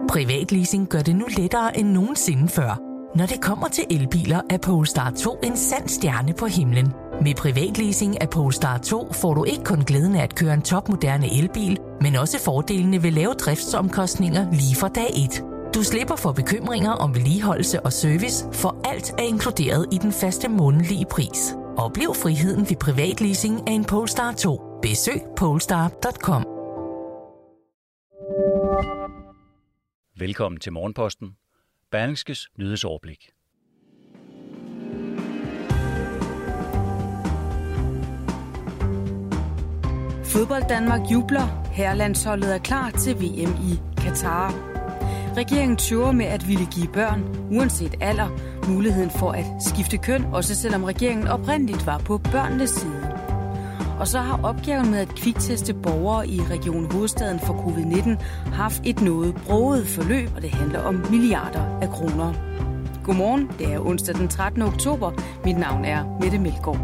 Privatleasing gør det nu lettere end nogensinde før. Når det kommer til elbiler, er Polestar 2 en sand stjerne på himlen. Med privatleasing af Polestar 2 får du ikke kun glæden af at køre en topmoderne elbil, men også fordelene ved lave driftsomkostninger lige fra dag 1. Du slipper for bekymringer om vedligeholdelse og service, for alt er inkluderet i den faste månedlige pris. Oplev friheden ved privatleasing af en Polestar 2. Besøg polestar.com. Velkommen til Morgenposten. Berlingskes nyhedsoverblik. Fodbold Danmark jubler. Herrelandsholdet er klar til VM i Katar. Regeringen tøver med at ville give børn, uanset alder, muligheden for at skifte køn, også selvom regeringen oprindeligt var på børnenes side. Og så har opgaven med at kvikteste borgere i Region Hovedstaden for covid-19 haft et noget broget forløb, og det handler om milliarder af kroner. Godmorgen, det er onsdag den 13. oktober. Mit navn er Mette Melgaard.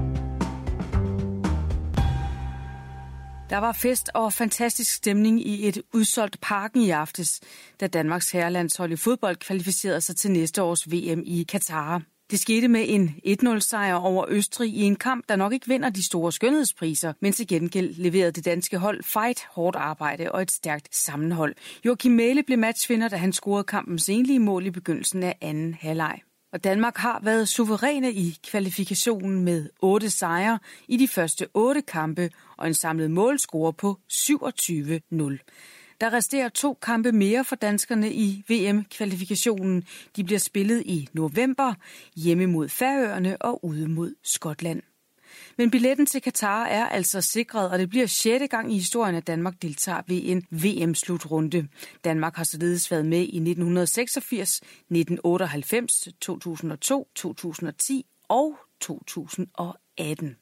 Der var fest og fantastisk stemning i et udsolgt Parken i aftes, da Danmarks herrelandshold i fodbold kvalificerede sig til næste års VM i Katar. Det skete med en 1-0-sejr over Østrig i en kamp, der nok ikke vinder de store skønhedspriser, men til gengæld leverede det danske hold fight, hårdt arbejde og et stærkt sammenhold. Joachim Mæhle blev matchvinder, da han scorede kampens enlige mål i begyndelsen af anden halvleg. Og Danmark har været suveræne i kvalifikationen med 8 sejre i de første 8 kampe og en samlet målscore på 27-0. Der resterer 2 kampe mere for danskerne i VM-kvalifikationen. De bliver spillet i november, hjemme mod Færøerne og ude mod Skotland. Men billetten til Katar er altså sikret, og det bliver 6. gang i historien, at Danmark deltager ved en VM-slutrunde. Danmark har således været med i 1986, 1998, 2002, 2010 og 2018.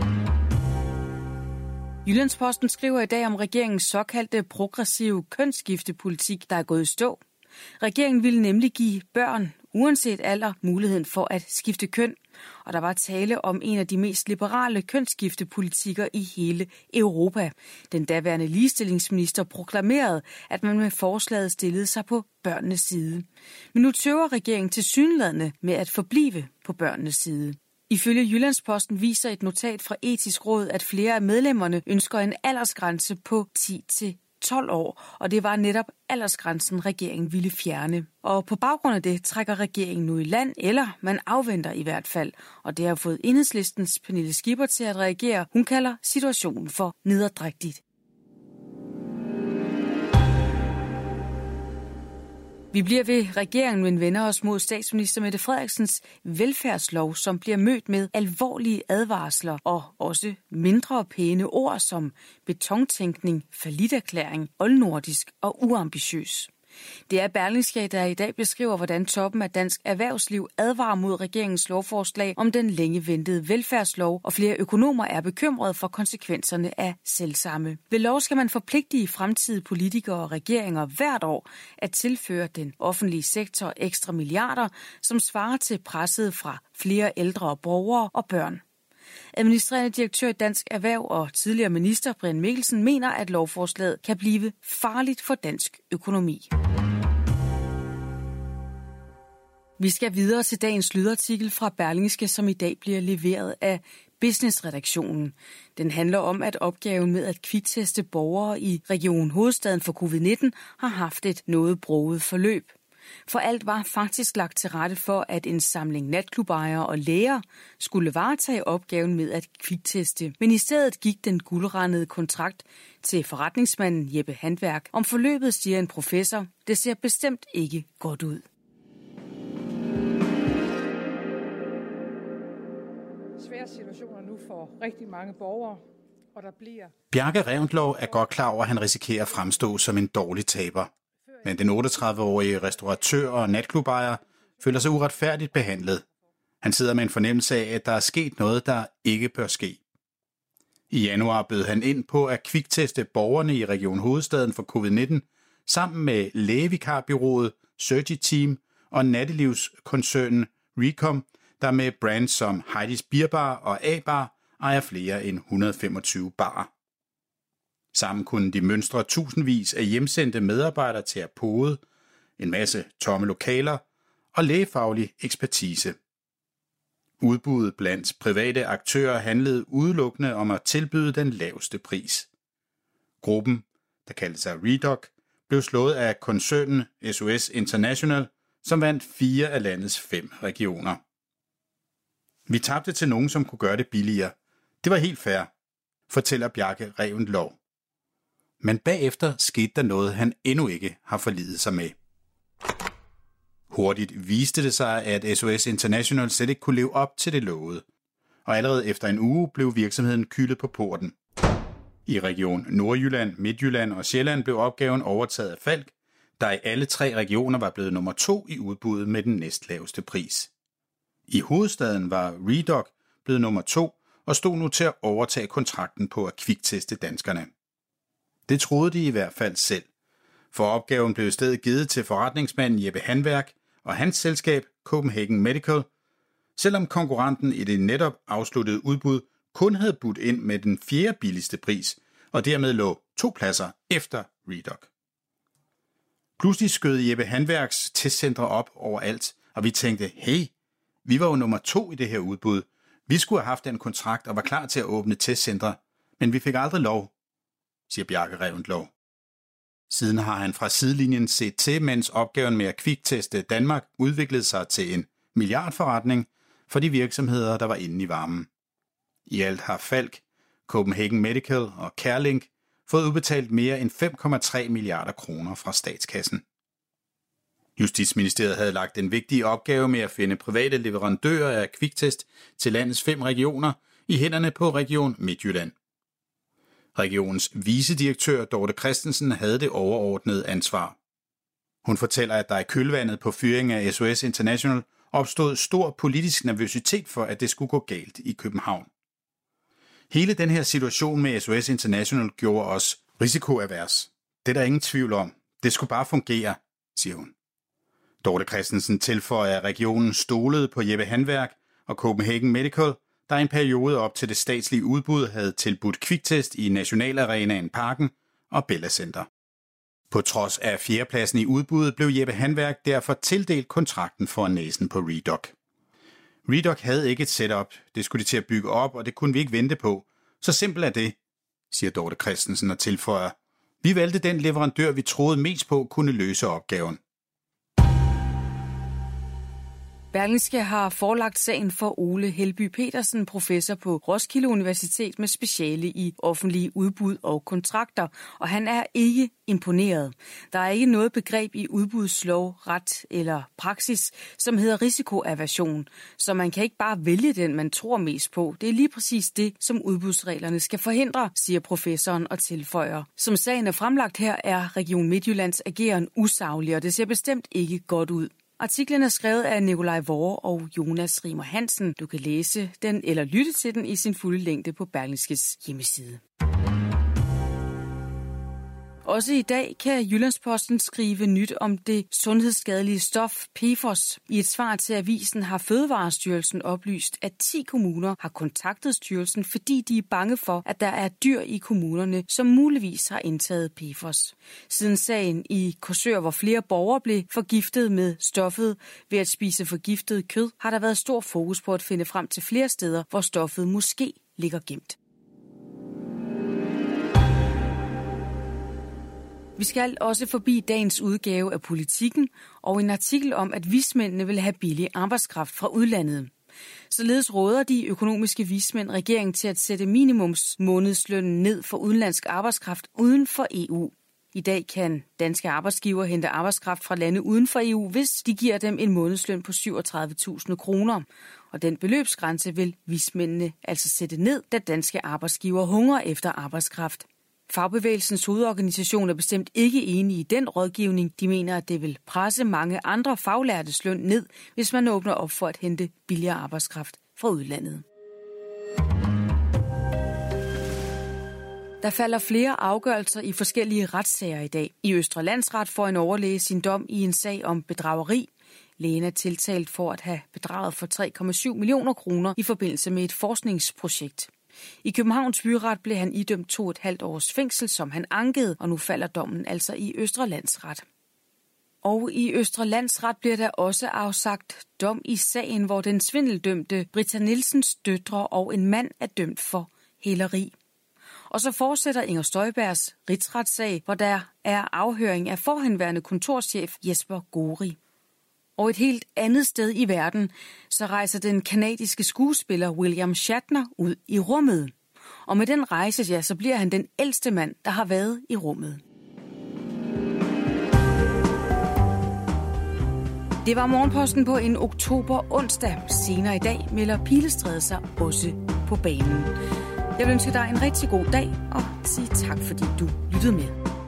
Jyllandsposten skriver i dag om regeringens såkaldte progressive kønsskiftepolitik, der er gået i stå. Regeringen ville nemlig give børn, uanset alder, muligheden for at skifte køn. Og der var tale om en af de mest liberale kønsskiftepolitikker i hele Europa. Den daværende ligestillingsminister proklamerede, at man med forslaget stillede sig på børnenes side. Men nu tøver regeringen tilsyneladende med at forblive på børnenes side. Ifølge Jyllandsposten viser et notat fra Etisk Råd, at flere af medlemmerne ønsker en aldersgrænse på 10-12 år, og det var netop aldersgrænsen, regeringen ville fjerne. Og på baggrund af det trækker regeringen nu i land, eller man afventer i hvert fald, og det har fået Enhedslistens Pernille Skipper til at reagere. Hun kalder situationen for nederdrægtigt. Vi bliver ved regeringen, men vender os mod statsminister Mette Frederiksens velfærdslov, som bliver mødt med alvorlige advarsler og også mindre pæne ord som betontænkning, falliterklæring, oldnordisk og uambitiøs. Det er Berlingske, der i dag beskriver, hvordan toppen af dansk erhvervsliv advarer mod regeringens lovforslag om den længe ventede velfærdslov, og flere økonomer er bekymrede for konsekvenserne af selvsamme. Ved lov skal man forpligtige fremtidige politikere og regeringer hvert år at tilføre den offentlige sektor ekstra milliarder, som svarer til presset fra flere ældre borgere og børn. Administrerende direktør i Dansk Erhverv og tidligere minister Brian Mikkelsen mener, at lovforslaget kan blive farligt for dansk økonomi. Vi skal videre til dagens lydartikel fra Berlingske, som i dag bliver leveret af Business-redaktionen. Den handler om, at opgaven med at kvikteste borgere i Region Hovedstaden for covid-19 har haft et noget broget forløb. For alt var faktisk lagt til rette for, at en samling natklubejere og læger skulle varetage opgaven med at kvikteste. Men i stedet gik den guldrandede kontrakt til forretningsmanden Jeppe Handværk. Om forløbet siger en professor, det ser bestemt ikke godt ud. Svære situationer nu for rigtig mange borgere, og der bliver... Bjarke Reventlow er godt klar over, at han risikerer at fremstå som en dårlig taber. Men den 38-årige restauratør og natklubejer føler sig uretfærdigt behandlet. Han sidder med en fornemmelse af, at der er sket noget, der ikke bør ske. I januar bød han ind på at kvikteste borgerne i Region Hovedstaden for covid-19 sammen med lægevikarbyrået Surgery Team og nattelivskoncernen Recom, der med brands som Heidi's Bierbar og A-Bar ejer flere end 125 barer. Sammen kunne de mønstre tusindvis af hjemsendte medarbejdere til at pode, en masse tomme lokaler og lægefaglig ekspertise. Udbuddet blandt private aktører handlede udelukkende om at tilbyde den laveste pris. Gruppen, der kaldte sig Redoc, blev slået af koncernen SOS International, som vandt 4 af landets 5 regioner. Vi tabte til nogen, som kunne gøre det billigere. Det var helt fair, fortæller Bjarke Reventlow. Men bagefter skete der noget, han endnu ikke har forlidet sig med. Hurtigt viste det sig, at SOS International slet ikke kunne leve op til det lovede, og allerede efter en uge blev virksomheden kylet på porten. I region Nordjylland, Midtjylland og Sjælland blev opgaven overtaget af Falck, der i alle 3 regioner var blevet nummer 2 i udbuddet med den næstlaveste pris. I hovedstaden var Redoc blevet nummer 2 og stod nu til at overtage kontrakten på at kvikteste danskerne. Det troede de i hvert fald selv, for opgaven blev i stedet givet til forretningsmanden Jeppe Handværk og hans selskab Copenhagen Medical, selvom konkurrenten i det netop afsluttede udbud kun havde budt ind med den 4. billigste pris, og dermed lå 2 pladser efter Redoc. Pludselig skød Jeppe Handværks testcentre op overalt, og vi tænkte, hey, vi var jo nummer 2 i det her udbud. Vi skulle have haft den kontrakt og var klar til at åbne testcentre, men vi fik aldrig lov, siger Bjarke Reventlow. Siden har han fra sidelinjen set til, mens opgaven med at kvikteste Danmark udviklede sig til en milliardforretning for de virksomheder, der var inde i varmen. I alt har Falck, Copenhagen Medical og Carlink fået udbetalt mere end 5,3 milliarder kroner fra statskassen. Justitsministeriet havde lagt en vigtig opgave med at finde private leverandører af kviktest til landets 5 regioner i hænderne på Region Midtjylland. Regionens vicedirektør Dorte Christensen havde det overordnede ansvar. Hun fortæller, at der i kølvandet på fyringen af SOS International opstod stor politisk nervøsitet for, at det skulle gå galt i København. Hele den her situation med SOS International gjorde os risikoavers. Det er der ingen tvivl om. Det skulle bare fungere, siger hun. Dorte Christensen tilføjer, at regionen stolede på Jeppe Handværk og Copenhagen Medical, der i en periode op til det statslige udbud havde tilbudt kviktest i Nationalarenaen Parken og Bella Center. På trods af 4. pladsen i udbuddet blev Jeppe Handværk derfor tildelt kontrakten for næsen på Redoc. Redoc havde ikke et setup, det skulle de til at bygge op, og det kunne vi ikke vente på. Så simpelt er det, siger Dorte Christensen og tilføjer. Vi valgte den leverandør, vi troede mest på kunne løse opgaven. Berlingske har forelagt sagen for Ole Helby Petersen, professor på Roskilde Universitet med speciale i offentlige udbud og kontrakter, og han er ikke imponeret. Der er ikke noget begreb i udbudslov, ret eller praksis, som hedder risikoaversion, så man kan ikke bare vælge den, man tror mest på. Det er lige præcis det, som udbudsreglerne skal forhindre, siger professoren og tilføjer. Som sagen er fremlagt her, er Region Midtjyllands ageren usaglig, og det ser bestemt ikke godt ud. Artiklen er skrevet af Nikolaj Vore og Jonas Rimer Hansen. Du kan læse den eller lytte til den i sin fulde længde på Berlingskes hjemmeside. Også i dag kan Jyllandsposten skrive nyt om det sundhedsskadelige stof PFOS. I et svar til avisen har Fødevarestyrelsen oplyst, at 10 kommuner har kontaktet styrelsen, fordi de er bange for, at der er dyr i kommunerne, som muligvis har indtaget PFOS. Siden sagen i Korsør, hvor flere borgere blev forgiftet med stoffet ved at spise forgiftet kød, har der været stor fokus på at finde frem til flere steder, hvor stoffet måske ligger gemt. Vi skal også forbi dagens udgave af Politikken og en artikel om, at vismændene vil have billig arbejdskraft fra udlandet. Således råder de økonomiske vismænd regeringen til at sætte minimumsmånedslønnen ned for udenlandsk arbejdskraft uden for EU. I dag kan danske arbejdsgiver hente arbejdskraft fra lande uden for EU, hvis de giver dem en månedsløn på 37.000 kroner. Og den beløbsgrænse vil vismændene altså sætte ned, da danske arbejdsgiver hungrer efter arbejdskraft. Fagbevægelsens hovedorganisation er bestemt ikke enige i den rådgivning. De mener, at det vil presse mange andre faglærtes løn ned, hvis man åbner op for at hente billigere arbejdskraft fra udlandet. Der falder flere afgørelser i forskellige retssager i dag. I Østre Landsret får en overlæge sin dom i en sag om bedrageri. Lægen er tiltalt for at have bedraget for 3,7 millioner kroner i forbindelse med et forskningsprojekt. I Københavns Byret blev han idømt 2,5 års fængsel, som han ankede, og nu falder dommen altså i Østre Landsret. Og i Østre Landsret bliver der også afsagt dom i sagen, hvor den svindeldømte Britta Nielsens døtre og en mand er dømt for hæleri. Og så fortsætter Inger Støjbergs rigsretssag, hvor der er afhøring af forhenværende kontorchef Jesper Gori. Og et helt andet sted i verden, så rejser den kanadiske skuespiller William Shatner ud i rummet. Og med den rejse, ja, så bliver han den ældste mand, der har været i rummet. Det var Morgenposten på en oktober-onsdag. Senere i dag melder Pilestræde sig også på banen. Jeg vil ønske dig en rigtig god dag og sige tak, fordi du lyttede med.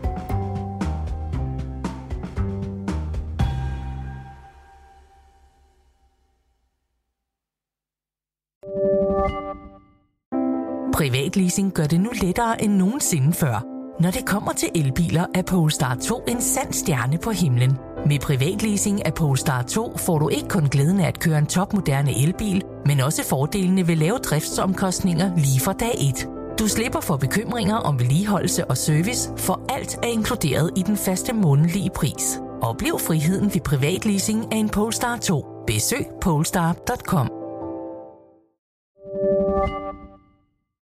Privatleasing gør det nu lettere end nogensinde før. Når det kommer til elbiler, er Polestar 2 en sand stjerne på himlen. Med privatleasing af Polestar 2 får du ikke kun glæden af at køre en topmoderne elbil, men også fordelene ved lave driftsomkostninger lige fra dag 1. Du slipper for bekymringer om vedligeholdelse og service, for alt er inkluderet i den faste månedlige pris. Oplev friheden ved privatleasing af en Polestar 2. Besøg polestar.com.